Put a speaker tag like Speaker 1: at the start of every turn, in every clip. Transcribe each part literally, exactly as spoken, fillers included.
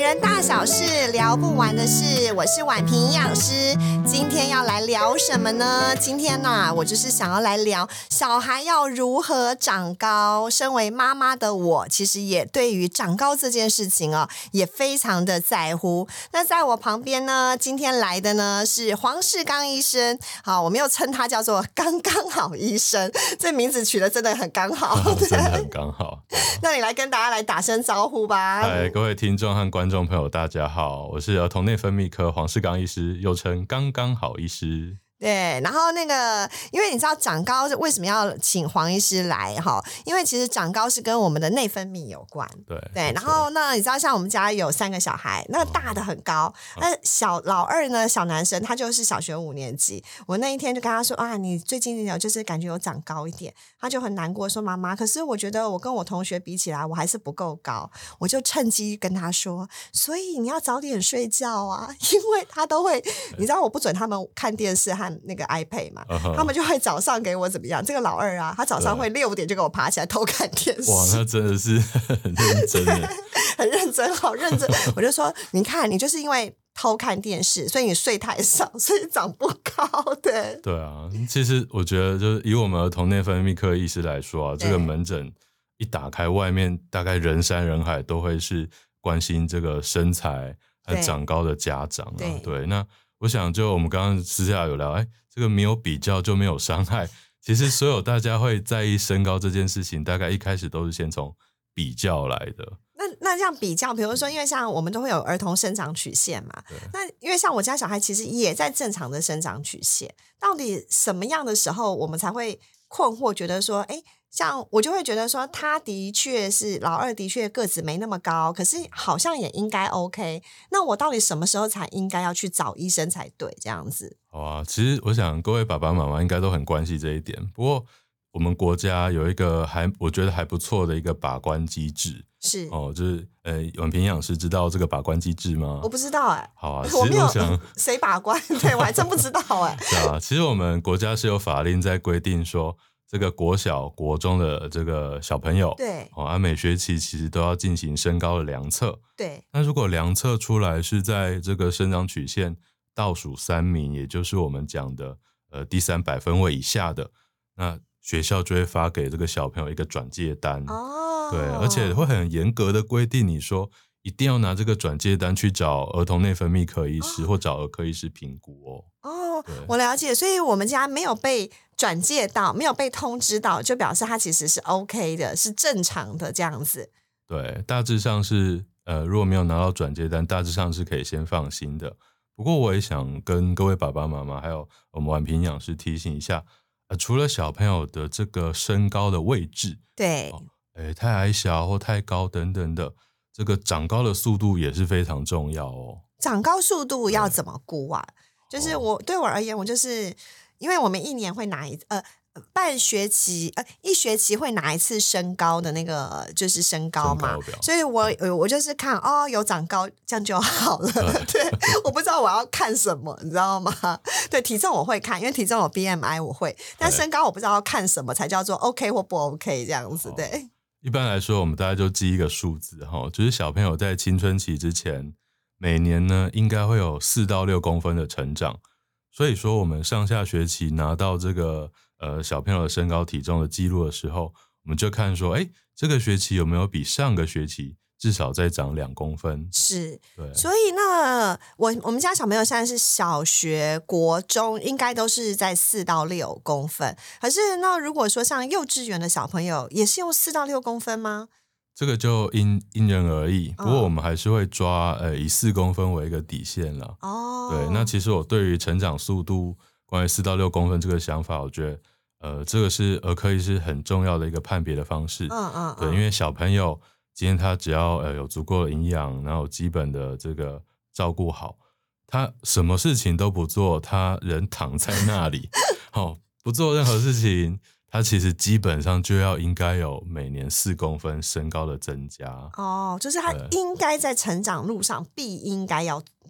Speaker 1: 人大小事，聊不完的事。我是婉萍营养师，今天要来聊什么呢？今天呢、啊，我就是想要来聊小孩要如何长高。身为妈妈的我，其实也对于长高这件事情哦，也非常的在乎。那在我旁边呢，今天来的呢是黄世刚医生。好，我们又称他叫做刚刚好医生，这名字取得真的很刚好，
Speaker 2: 真的很刚好。
Speaker 1: 那你来跟大家来打声招呼吧。
Speaker 2: 嗨，各位听众和观众朋友，大家好，我是儿童内分泌科黄世刚医师，又称刚刚好医师。
Speaker 1: 对，然后那个，因为你知道长高为什么要请黄医师来哈？因为其实长高是跟我们的内分泌有关。
Speaker 2: 对
Speaker 1: 对，然后呢，你知道像我们家有三个小孩，那个大的很高，那、哦、小老二呢，小男生他就是小学五年级。我那一天就跟他说啊，你最近有就是感觉有长高一点，他就很难过说妈妈，可是我觉得我跟我同学比起来，我还是不够高。我就趁机跟他说，所以你要早点睡觉啊，因为他都会，你知道我不准他们看电视和那个 iPad 嘛， uh-huh. 他们就会早上给我怎么样？这个老二啊，他早上会六点就给我爬起来偷看电视。
Speaker 2: 哇，那真的是很认真的，
Speaker 1: 很认真，好认真。我就说，你看，你就是因为偷看电视，所以你睡太少，所以长不高。对，
Speaker 2: 对啊。其实我觉得，就是以我们儿童内分泌科医师来说啊，这个门诊一打开，外面大概人山人海，都会是关心这个身材和长高的家长啊。对，对那。我想就我们刚刚私下有聊，哎，这个没有比较就没有伤害。其实所有大家会在意身高这件事情，大概一开始都是先从比较来的。
Speaker 1: 那那这样比较，比如说，因为像我们都会有儿童生长曲线嘛，那因为像我家小孩其实也在正常的生长曲线，到底什么样的时候我们才会困惑，觉得说，哎。像我就会觉得说他的确是老二的确个子没那么高，可是好像也应该 OK， 那我到底什么时候才应该要去找医生才对这样子？
Speaker 2: 好啊，其实我想各位爸爸妈妈应该都很关心这一点，不过我们国家有一个还我觉得还不错的一个把关机制，
Speaker 1: 是
Speaker 2: 哦，就是呃，婉萍营养师知道这个把关机制吗？
Speaker 1: 我不知道哎、欸。
Speaker 2: 好啊，其实我想
Speaker 1: 谁把关？对，我还真不知道哎、
Speaker 2: 欸。对啊，其实我们国家是有法令在规定说。这个国小、国中的这个小朋友，
Speaker 1: 对，
Speaker 2: 哦，啊，每学期其实都要进行身高的量测。
Speaker 1: 对，
Speaker 2: 那如果量测出来是在这个生长曲线倒数三名，也就是我们讲的呃第三百分位以下的，那学校就会发给这个小朋友一个转介单。
Speaker 1: 哦，
Speaker 2: 对，而且会很严格的规定，你说一定要拿这个转介单去找儿童内分泌科医师、哦、或找儿科医师评估哦。
Speaker 1: 哦，我了解，所以我们家没有被转介到，没有被通知到，就表示它其实是 OK 的，是正常的这样子。
Speaker 2: 对，大致上是呃，如果没有拿到转介单，大致上是可以先放心的。不过我也想跟各位爸爸妈妈还有我们婉萍营养师提醒一下，呃，除了小朋友的这个身高的位置，
Speaker 1: 对，
Speaker 2: 哦，诶，太矮小或太高等等的，这个长高的速度也是非常重要哦。
Speaker 1: 长高速度要怎么估啊？就是我对我而言，我就是因为我们一年会拿一呃半学期呃一学期会拿一次身高的那个就是身高嘛，所以我我就是看哦有长高这样就好了。对，我不知道我要看什么，你知道吗？对，体重我会看，因为体重有 B M I 我会，但身高我不知道要看什么才叫做 OK 或不 OK 这样子。对，
Speaker 2: 一般来说我们大概就记一个数字哈，就是小朋友在青春期之前。每年呢，应该会有四到六公分的成长，所以说我们上下学期拿到这个呃小朋友的身高体重的记录的时候，我们就看说，哎，这个学期有没有比上个学期至少再长两公分？
Speaker 1: 是，
Speaker 2: 对。
Speaker 1: 所以呢，我我们家小朋友现在是小学、国中，应该都是在四到六公分。可是那如果说像幼稚园的小朋友，也是用四到六公分吗？
Speaker 2: 这个就因因人而异，不过我们还是会抓呃以四公分为一个底线啦。
Speaker 1: 哦，
Speaker 2: 对，那其实我对于成长速度关于四到六公分这个想法，我觉得呃这个是儿科医师很重要的一个判别的方式。
Speaker 1: 嗯嗯，
Speaker 2: 对，因为小朋友今天他只要呃有足够的营养，然后基本的这个照顾好，他什么事情都不做，他人躺在那里，好、哦、不做任何事情。他其实基本上就要应该有每年四公分身高的增加
Speaker 1: 哦，就是他应该在成长路上必应该要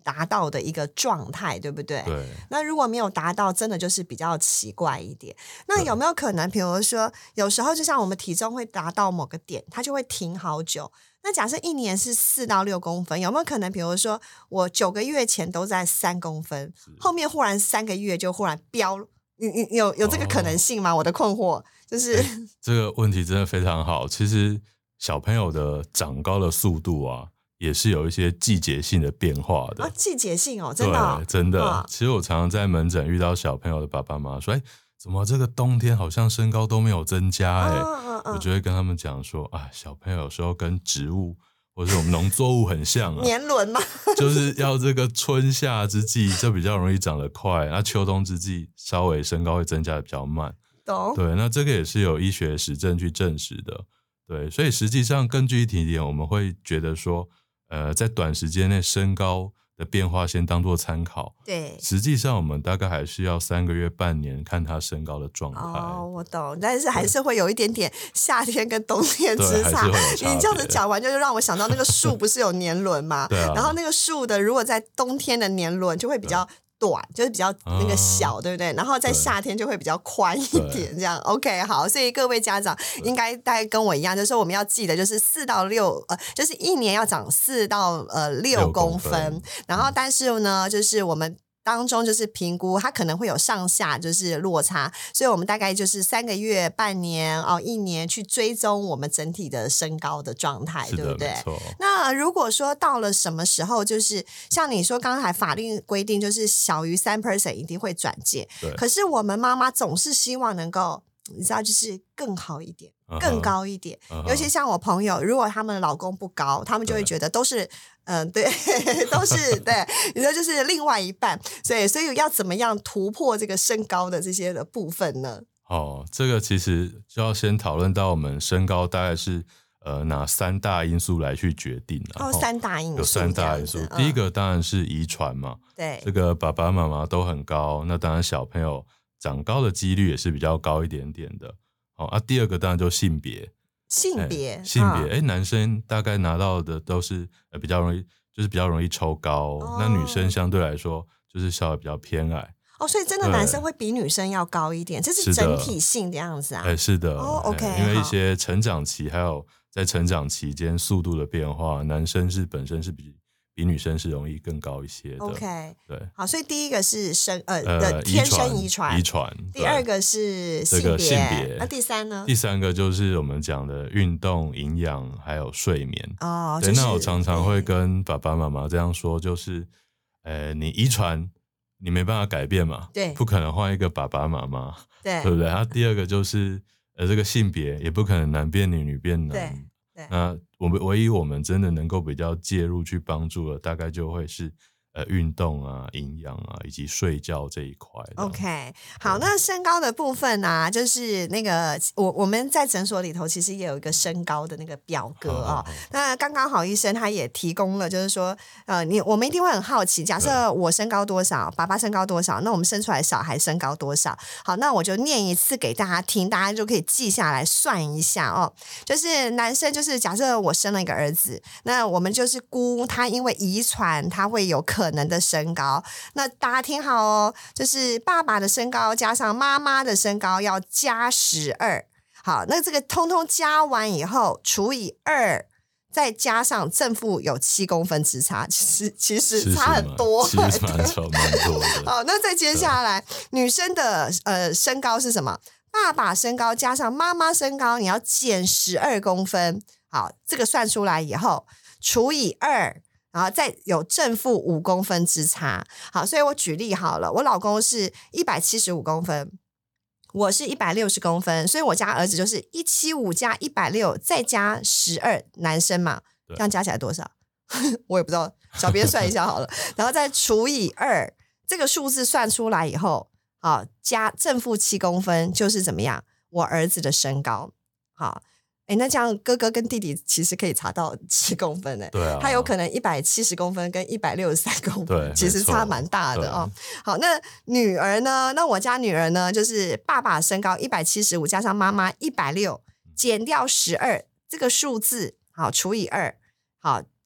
Speaker 1: 达到的一个状态，对不对？
Speaker 2: 对。
Speaker 1: 那如果没有达到，真的就是比较奇怪一点。那有没有可能，比如说有时候就像我们体重会达到某个点，它就会停好久。那假设一年是四到六公分，有没有可能，比如说我九个月前都在三公分，后面忽然三个月就忽然飙？你你有有这个可能性吗？哦、我的困惑就是、
Speaker 2: 欸、这个问题真的非常好。其实小朋友的长高的速度啊，也是有一些季节性的变化的。
Speaker 1: 啊，季节性哦，真的、哦、
Speaker 2: 对，真的、
Speaker 1: 哦。
Speaker 2: 其实我常常在门诊遇到小朋友的爸爸妈妈说：“哎、欸，怎么这个冬天好像身高都没有增加、欸？”哎、哦哦哦，我就会跟他们讲说：“啊，小朋友有时候跟植物或者我们农作物很像啊，
Speaker 1: 年轮嘛，
Speaker 2: 就是要这个春夏之际就比较容易长得快，那秋冬之际稍微身高会增加的比较慢。”
Speaker 1: 懂？
Speaker 2: 对，那这个也是有医学实证去证实的。对，所以实际上更具体一点，我们会觉得说，呃，在短时间内身高的变化先当做参考。
Speaker 1: 对，
Speaker 2: 实际上我们大概还是要三个月、半年看他身高的状态。
Speaker 1: 哦，我懂，但是还是会有一点点夏天跟冬天之差。你这样子讲完，就是让我想到那个树不是有年轮嘛？对啊。然后那个树的，如果在冬天的年轮就会比较短，就是比较那个小、啊、对不对？然后在夏天就会比较宽一点，这样 OK 好。所以各位家长应该大概跟我一样，就是我们要记得，就是四到六呃，就是一年要长四到呃六公分，公分然后但是呢，就是我们当中就是评估它可能会有上下就是落差，所以我们大概就是三个月、半年哦、一年去追踪我们整体的身高的状态，对不对？那如果说到了什么时候，就是像你说刚才法律规定，就是小于三 percent 一定会转介，可是我们妈妈总是希望能够。你知道就是更好一点、uh-huh, 更高一点、uh-huh. 尤其像我朋友，如果他们老公不高，他们就会觉得都是嗯、呃，对都是对，你说就是另外一半，所以所以要怎么样突破这个身高的这些的部分呢？
Speaker 2: 哦，这个其实就要先讨论到我们身高大概是呃哪三大因素来去决定
Speaker 1: 哦，三大因素
Speaker 2: 有三大因素、嗯、第一个当然是遗传嘛，
Speaker 1: 对，
Speaker 2: 这个爸爸妈妈都很高，那当然小朋友长高的几率也是比较高一点点的。好、哦、啊，第二个当然就性别，
Speaker 1: 性别，
Speaker 2: 性别，哎、嗯，男生大概拿到的都是呃比较容易，就是比较容易抽高、哦，那女生相对来说就是稍微比较偏矮。
Speaker 1: 哦，所以真的男生会比女生要高一点，这是整体性的样子啊。
Speaker 2: 哎，是的。
Speaker 1: 哦 ，OK，
Speaker 2: 因为一些成长期还有在成长期间速度的变化，男生是本身是比。比女生是容易更高一些的。
Speaker 1: OK，
Speaker 2: 对，
Speaker 1: 好，所以第一个是生呃
Speaker 2: 呃
Speaker 1: 的天生遗传，
Speaker 2: 遗传。
Speaker 1: 第二个是性别，
Speaker 2: 这个性别。
Speaker 1: 那第三呢？
Speaker 2: 第三个就是我们讲的运动、营养还有睡眠。
Speaker 1: 哦，
Speaker 2: 对，
Speaker 1: 就是、
Speaker 2: 那我常常会跟爸爸妈妈这样说，就是呃，你遗传你没办法改变嘛，
Speaker 1: 对，
Speaker 2: 不可能换一个爸爸妈妈，
Speaker 1: 对，
Speaker 2: 对不对？那第二个就是呃，这个性别也不可能男变女，女变男。
Speaker 1: 对。
Speaker 2: 那我们唯一我们真的能够比较介入去帮助的，大概就会是呃运动啊、营养啊以及睡觉这一块。
Speaker 1: OK， 好，那身高的部分啊，就是那个我我们在诊所里头其实也有一个身高的那个表格哦。那刚刚好医生他也提供了，就是说呃，你我们一定会很好奇，假设我身高多少，爸爸身高多少，那我们生出来小孩身高多少？好，那我就念一次给大家听，大家就可以记下来算一下哦。就是男生，就是假设我生了一个儿子，那我们就是估他因为遗传他会有可能的身高。那大家听好哦，就是爸爸的身高加上妈妈的身高要加十二。好，那这个通通加完以后除以二，再加上正负有七公分之差，其实其实差很多，
Speaker 2: 其实蛮差蛮多的。
Speaker 1: 好，那再接下来女生的呃身高是什么？爸爸身高加上妈妈身高，你要减十二公分。好，这个算出来以后除以二，然后再有正负五公分之差。好，所以我举例好了，我老公是一百七十五公分，我是一百六十公分，所以我家儿子就是一百七十五加一百六再加十二，男生嘛，这样加起来多少？我也不知道，小编算一下好了。然后再除以二，这个数字算出来以后，好，加正负七公分就是怎么样？我儿子的身高。好，哎，那这样哥哥跟弟弟其实可以差到七公分哎，
Speaker 2: 对啊，
Speaker 1: 他有可能一百七十公分跟一百六十三公分，其实差蛮大的哦。好，那女儿呢？那我家女儿呢，就是爸爸身高一百七十五加上妈妈一百六，减掉十二，这个数字好除以二，好。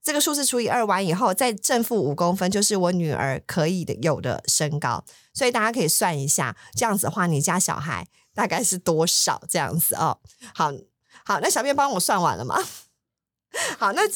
Speaker 1: 这个数字除以二完以后，再正负五公分，就是我女儿可以的有的身高。所以大家可以算一下，这样子的话，你家小孩大概是多少这样子哦？好好，那小编帮我算完了吗？好，那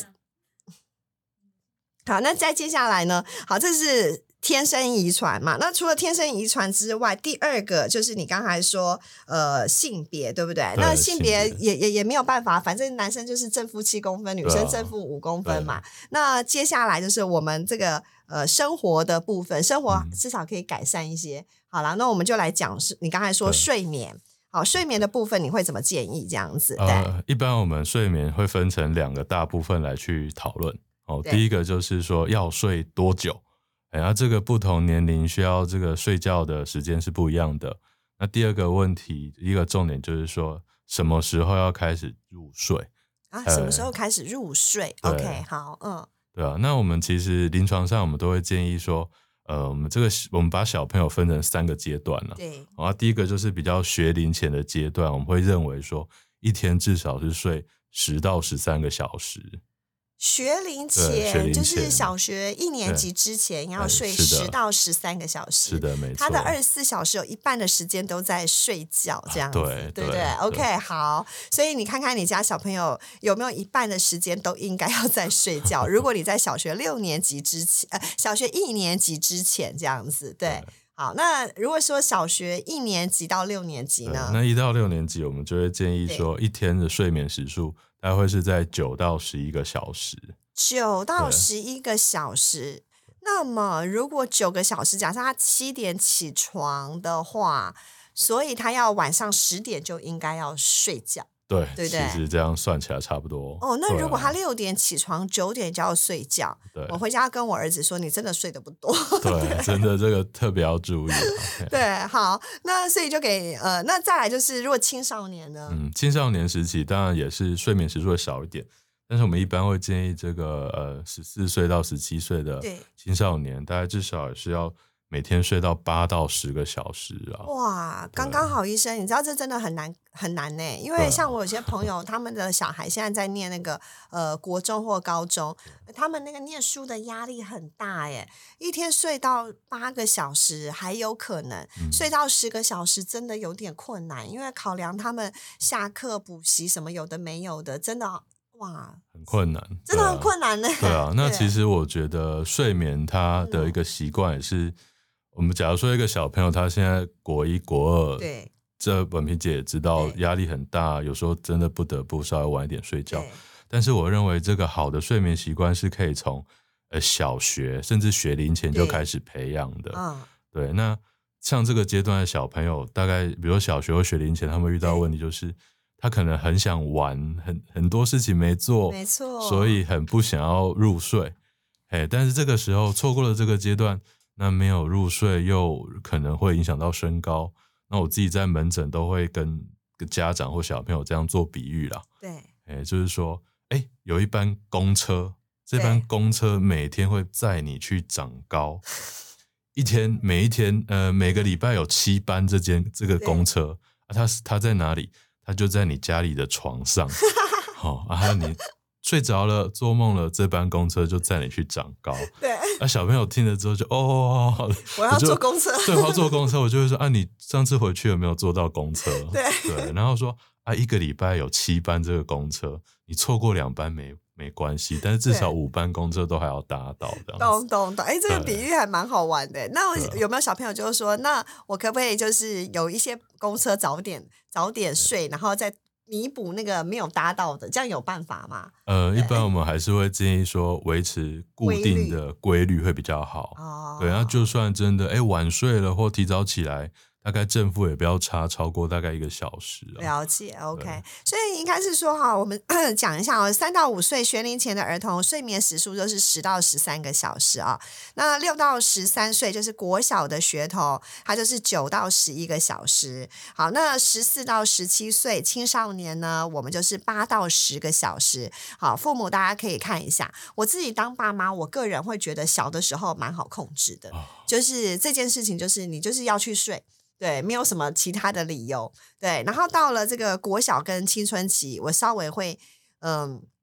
Speaker 1: 好，那再接下来呢？好，这是天生遗传嘛？那除了天生遗传之外，第二个就是你刚才说呃性别，对不对？
Speaker 2: 对
Speaker 1: 那性别也也也没有办法，反正男生就是正负七公分，女生正负五公分嘛。那接下来就是我们这个呃生活的部分，生活至少可以改善一些。嗯、好了，那我们就来讲是你刚才说睡眠。好，睡眠的部分你会怎么建议这样子？对，
Speaker 2: 呃，一般我们睡眠会分成两个大部分来去讨论。哦，第一个就是说要睡多久，然后这个不同年龄需要这个睡觉的时间是不一样的。那第二个问题，一个重点就是说什么时候要开始入睡
Speaker 1: 啊？什么时候开始入睡 ？OK， 好，嗯，
Speaker 2: 对啊。那我们其实临床上我们都会建议说。呃，我们这个我们把小朋友分成三个阶段了。
Speaker 1: 对，
Speaker 2: 然后第一个就是比较学龄前的阶段，我们会认为说一天至少是睡十到十三个小时。
Speaker 1: 学龄前就是小学一年级之前要睡十到十三个小时，
Speaker 2: 是的，没错。
Speaker 1: 他的二十四小时有一半的时间都在睡觉，这样子，
Speaker 2: 啊、对
Speaker 1: 对不对 ？OK， 好，所以你看看你家小朋友有没有一半的时间都应该要在睡觉。如果你在小学六年级之前，呃，小学一年级之前这样子，对。对好，那如果说小学一年级到六年级呢？
Speaker 2: 那一到六年级，我们就会建议说，一天的睡眠时数大概会是在九到十一个小时。
Speaker 1: 九到十一个小时，那么如果九个小时，假设他七点起床的话，所以他要晚上十点就应该要睡觉。
Speaker 2: 对，
Speaker 1: 对对，
Speaker 2: 其实这样算起来差不多。
Speaker 1: 哦，那如果他六点起床，九点就要睡觉，
Speaker 2: 对，
Speaker 1: 我回家跟我儿子说，你真的睡得不多。
Speaker 2: 对，真的这个特别要注意。
Speaker 1: 对，好，那所以就给呃，那再来就是，如果青少年呢？
Speaker 2: 嗯，青少年时期当然也是睡眠时数会少一点，但是我们一般会建议这个呃十四岁到十七岁的青少年，大概至少也是要每天睡到八到十个小时啊！
Speaker 1: 哇，刚刚好，医生，你知道这真的很难很难呢，因为像我有些朋友，他们的小孩现在在念那个呃国中或高中，他们那个念书的压力很大耶，一天睡到八个小时还有可能，嗯、睡到十个小时真的有点困难，因为考量他们下课补习什么有的没有的，真的哇，
Speaker 2: 很困难，
Speaker 1: 真的很困难呢。
Speaker 2: 对啊，那其实我觉得睡眠它的一个习惯也是。我们假如说一个小朋友他现在国一国二，
Speaker 1: 对，
Speaker 2: 这文萍姐也知道压力很大，有时候真的不得不稍微晚一点睡觉。但是我认为这个好的睡眠习惯是可以从呃小学甚至学龄前就开始培养的。嗯，对。那像这个阶段的小朋友，大概比如小学或学龄前，他们遇到的问题就是他可能很想玩，很很多事情没做，
Speaker 1: 没错，
Speaker 2: 所以很不想要入睡。哎，但是这个时候错过了这个阶段。那没有入睡又可能会影响到身高，那我自己在门诊都会跟家长或小朋友这样做比喻啦。
Speaker 1: 对，
Speaker 2: 欸、就是说，哎、欸，有一班公车，这班公车每天会载你去长高，一天每一天呃每个礼拜有七班这间这个公车啊，它它在哪里？它就在你家里的床上，好、哦、啊你。睡着了，做梦了，这班公车就载你去长高。
Speaker 1: 对，
Speaker 2: 啊，小朋友听了之后就哦，
Speaker 1: 我要坐公车，
Speaker 2: 对，我要坐公车，我就会说啊，你上次回去有没有坐到公车？
Speaker 1: 对
Speaker 2: 对，然后说啊，一个礼拜有七班这个公车，你错过两班没没关系，但是至少五班公车都还要搭到的。
Speaker 1: 懂懂懂，哎，这个比喻还蛮好玩的。那有没有小朋友就是说，那我可不可以就是有一些公车早点早点睡，然后再弥补那个没有搭到的，这样有办法吗？
Speaker 2: 呃，一般我们还是会建议说维持固定的规律会比较好。哦，对，那就算真的哎晚睡了或提早起来，大概正负也不要差超过大概一个小时、啊。
Speaker 1: 了解 ，OK。所以应该是说哈，我们讲一下哦，三到五岁学龄前的儿童睡眠时数就是十到十三个小时啊。那六到十三岁就是国小的学童，它就是九到十一个小时。好，那十四到十七岁青少年呢，我们就是八到十个小时。好，父母大家可以看一下。我自己当爸妈，我个人会觉得小的时候蛮好控制的，哦、就是这件事情，就是你就是要去睡。对，没有什么其他的理由。对，然后到了这个国小跟青春期，我稍微会嗯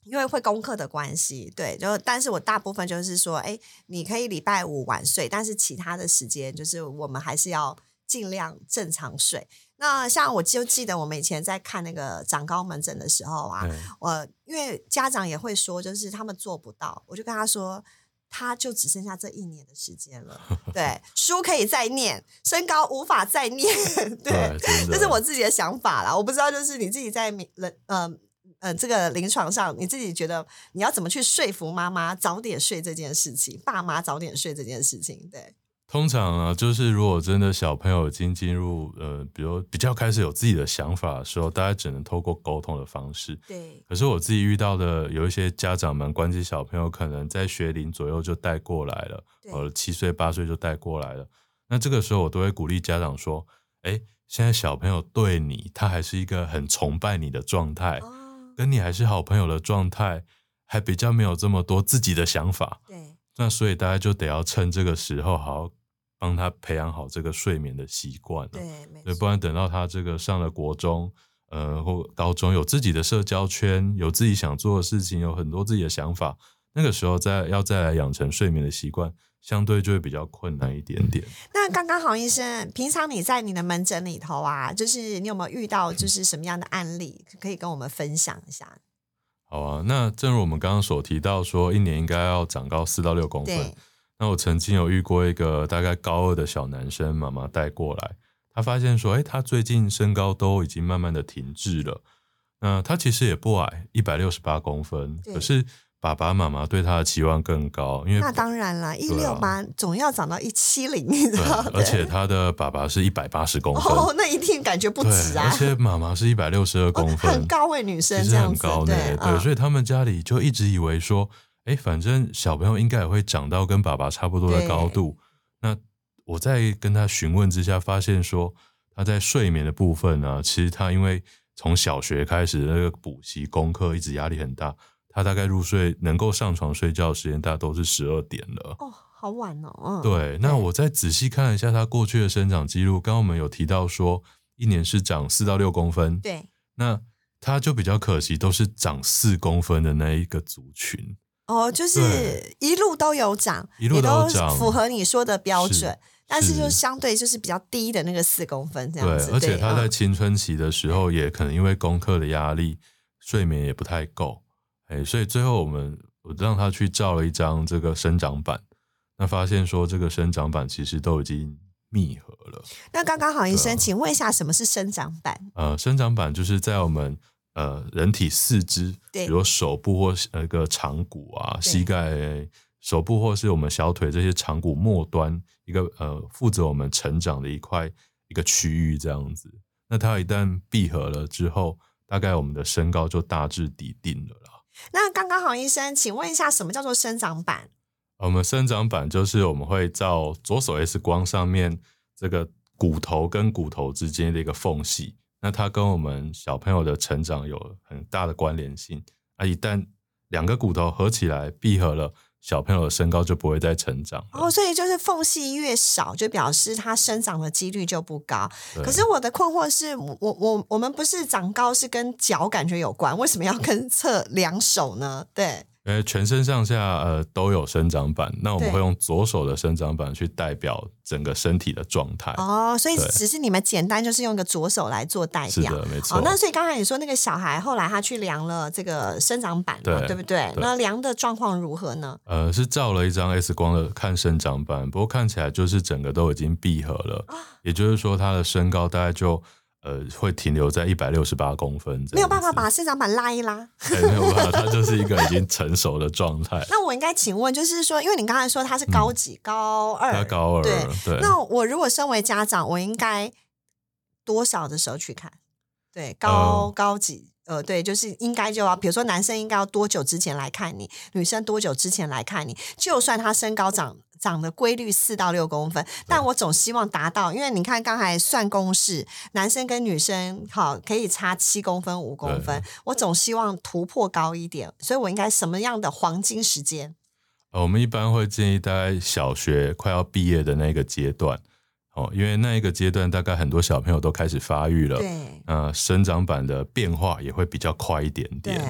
Speaker 1: 因为会功课的关系，对，就但是我大部分就是说，哎，你可以礼拜五晚睡，但是其他的时间就是我们还是要尽量正常睡。那像我就记得我们以前在看那个长高门诊的时候啊，我因为家长也会说，就是他们做不到，我就跟他说，他就只剩下这一年的时间了，对，书可以再念，身高无法再念，对，这是我自己的想法啦。我不知道，就是你自己在人呃。呃，这个临床上你自己觉得你要怎么去说服妈妈早点睡这件事情，爸妈早点睡这件事情？对，
Speaker 2: 通常啊，就是如果真的小朋友已经进入呃，比如比较开始有自己的想法的时候，大家只能透过沟通的方式。
Speaker 1: 对。
Speaker 2: 可是我自己遇到的有一些家长们，关机小朋友可能在学龄左右就带过来了，呃，七岁八岁就带过来了。那这个时候我都会鼓励家长说：“哎，现在小朋友对你，他还是一个很崇拜你的状态。哦，跟你还是好朋友的状态，还比较没有这么多自己的想法。对，那所以大家就得要趁这个时候，好好帮他培养好这个睡眠的习惯。对，没错。不然等到他这个上了国中，呃，或高中，有自己的社交圈，有自己想做的事情，有很多自己的想法，那个时候再要再来养成睡眠的习惯，相对就会比较困难一点点。
Speaker 1: 那刚刚郝医生，平常你在你的门诊里头啊，就是你有没有遇到就是什么样的案例，可以跟我们分享一下？
Speaker 2: 好啊，那正如我们刚刚所提到说，一年应该要长高四到六公分。那我曾经有遇过一个大概高二的小男生，妈妈带过来，他发现说，哎，他最近身高都已经慢慢的停滞了。那他其实也不矮，一百六十八公分，可是爸爸妈妈对他的期望更高，因为
Speaker 1: 那当然了，一六八总要长到一七零，你知道？
Speaker 2: 而且他的爸爸是一百八十公分，
Speaker 1: 哦，那一定感觉不止啊！
Speaker 2: 而且妈妈是一百六十二公分，
Speaker 1: 哦，很高位女生，
Speaker 2: 其实很高呢。对，对，所以他们家里就一直以为说，哎，反正小朋友应该也会长到跟爸爸差不多的高度。那我在跟他询问之下，发现说他在睡眠的部分呢，其实他因为从小学开始那个补习功课一直压力很大。他大概入睡能够上床睡觉的时间大概都是十二点了。
Speaker 1: 哦，好晚哦。嗯，
Speaker 2: 对，那我再仔细看一下他过去的生长记录，刚刚我们有提到说一年是长四到六公分。
Speaker 1: 对，
Speaker 2: 那他就比较可惜，都是长四公分的那一个族群。
Speaker 1: 哦，就是一路都有长，
Speaker 2: 一路都有长，
Speaker 1: 也都符合你说的标准，但是就相对就是比较低的那个四公分这样子。
Speaker 2: 对，而且他在青春期的时候，也可能因为功课的压力，睡眠也不太够。欸、所以最后我们我让他去照了一张这个生长板，那发现说这个生长板其实都已经密合了。
Speaker 1: 那刚刚郝医生，请问一下什么是生长板？
Speaker 2: 呃，生长板就是在我们呃人体四肢，比如手部或那个长骨啊、膝盖、手部或是我们小腿这些长骨末端一个呃负责我们成长的一块一个区域这样子。那它一旦闭合了之后，大概我们的身高就大致底定了啦。
Speaker 1: 那刚刚郝医生，请问一下，什么叫做生长板？
Speaker 2: 我们生长板就是我们会照左手 X 光上面这个骨头跟骨头之间的一个缝隙，那它跟我们小朋友的成长有很大的关联性啊。一旦两个骨头合起来闭合了，小朋友的身高就不会再成长了。
Speaker 1: 哦，所以就是缝隙越少，就表示它生长的几率就不高。可是我的困惑是，我我我们不是长高是跟脚感觉有关，为什么要跟测两手呢？对。
Speaker 2: 因为全身上下呃都有生长板，那我们会用左手的生长板去代表整个身体的状态。
Speaker 1: 哦，所以只是你们简单就是用一个左手来做代表。
Speaker 2: 是的，没错。
Speaker 1: 哦，那所以刚才你说那个小孩后来他去量了这个生长板嘛， 对, 对不 对, 对？那量的状况如何呢？
Speaker 2: 呃，是照了一张 X 光的看生长板，不过看起来就是整个都已经闭合了，啊、也就是说他的身高大概就。呃，会停留在一百六十八公分，
Speaker 1: 没有办法把生长板拉一拉。
Speaker 2: 对，没有办法，它就是一个已经成熟的状态。
Speaker 1: 那我应该请问，就是说，因为你刚才说他是高几、嗯、高二，
Speaker 2: 他高二，
Speaker 1: 对
Speaker 2: 对。
Speaker 1: 那我如果身为家长，我应该多少的时候去看？对，高、呃、高几？呃，对，就是应该就要，比如说男生应该要多久之前来看你，女生多久之前来看你，就算他身高长长的规律四到六公分，但我总希望达到，因为你看刚才算公式，男生跟女生好可以差七公分、五公分，我总希望突破高一点，所以我应该什么样的黄金时间？
Speaker 2: 呃，我们一般会建议大概小学快要毕业的那个阶段。哦，因为那一个阶段大概很多小朋友都开始发育了，
Speaker 1: 对，
Speaker 2: 呃，生长板的变化也会比较快一点点，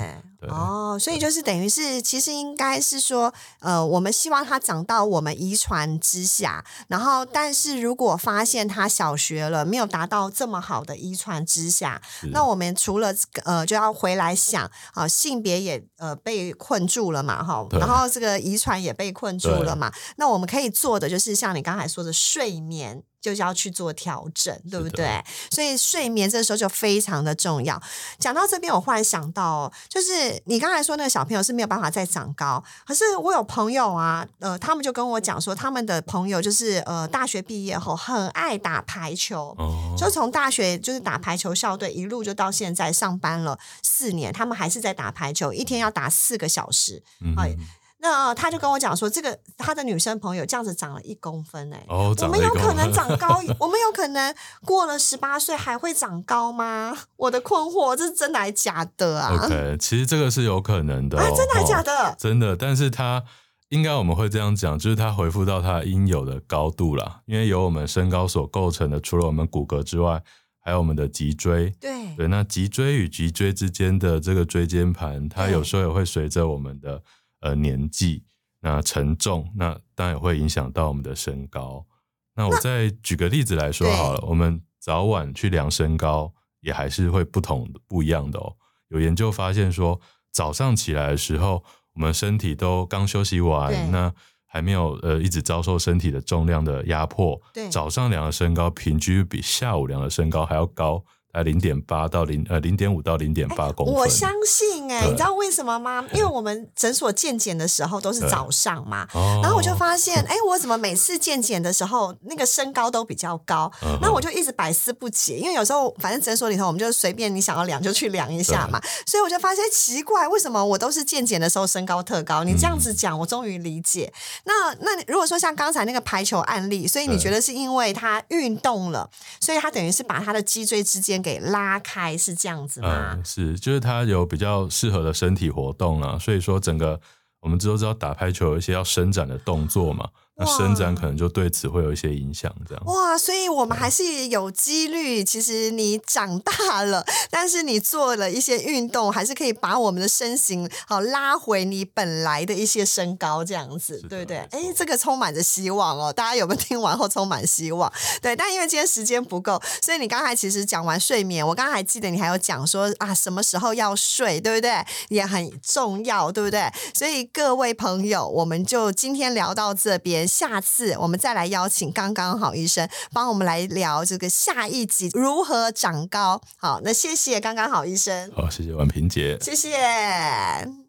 Speaker 1: 哦，所以就是等于是，其实应该是说，呃，我们希望他长到我们遗传之下，然后，但是如果发现他小学了没有达到这么好的遗传之下，那我们除了呃就要回来想啊、呃，性别也呃被困住了嘛，哈，然后这个遗传也被困住了嘛，那我们可以做的就是像你刚才说的睡眠。就是要去做调整，对不对？所以睡眠这时候就非常的重要。讲到这边，我忽然想到、哦，就是你刚才说那个小朋友是没有办法再长高，可是我有朋友啊，呃，他们就跟我讲说，他们的朋友就是呃大学毕业后很爱打排球，哦、就从大学就是打排球校队一路就到现在上班了四年，他们还是在打排球，一天要打四个小时，嗯哎那他就跟我讲说，这个他的女生朋友这样子长了一公分哎、欸
Speaker 2: 哦，
Speaker 1: 我们有可能长高，我们有可能过了十八岁还会长高吗？我的困惑，这是真的还假的啊
Speaker 2: ？OK， 其实这个是有可能的、哦、
Speaker 1: 啊，真的还假的、哦？
Speaker 2: 真的，但是他应该我们会这样讲，就是他恢复到他应有的高度啦，因为由我们身高所构成的，除了我们骨骼之外，还有我们的脊椎。
Speaker 1: 对
Speaker 2: 对，那脊椎与脊椎之间的这个椎间盘，它有时候也会随着我们的呃年纪。那沉重，那当然也会影响到我们的身高。那我再举个例子来说好了，我们早晚去量身高也还是会不同的不一样的哦。有研究发现说，早上起来的时候，我们身体都刚休息完，那还没有呃一直遭受身体的重量的压迫，早上量的身高平均比下午量的身高还要高。呃，零点八到零呃零点五到零点八公分。
Speaker 1: 我相信哎、欸，你知道为什么吗？因为我们诊所健检的时候都是早上嘛，然后我就发现，哎、欸，我怎么每次健检的时候那个身高都比较高？那、uh-huh. 我就一直百思不解，因为有时候反正诊所里头我们就随便你想要量就去量一下嘛，所以我就发现奇怪，为什么我都是健检的时候身高特高？你这样子讲，我终于理解。那那如果说像刚才那个排球案例，所以你觉得是因为他运动了，所以他等于是把他的脊椎之间给拉开，是这样子吗？
Speaker 2: 嗯，是，就是他有比较适合的身体活动啦，所以说整个我们都知道打排球有一些要伸展的动作嘛，那伸展可能就对此会有一些影响，这样。
Speaker 1: 哇，所以我们还是有几率，其实你长大了，但是你做了一些运动，还是可以把我们的身形好拉回你本来的一些身高，这样子，对不对？哎，这个充满着希望哦，大家有没有听完后充满希望？对，但因为今天时间不够，所以你刚才其实讲完睡眠，我刚才还记得你还有讲说啊，什么时候要睡，对不对？也很重要，对不对？所以各位朋友，我们就今天聊到这边。下次我们再来邀请刚刚好医生帮我们来聊这个下一集如何长高。好，那谢谢刚刚好医生。
Speaker 2: 好，谢谢婉萍姐，
Speaker 1: 谢谢。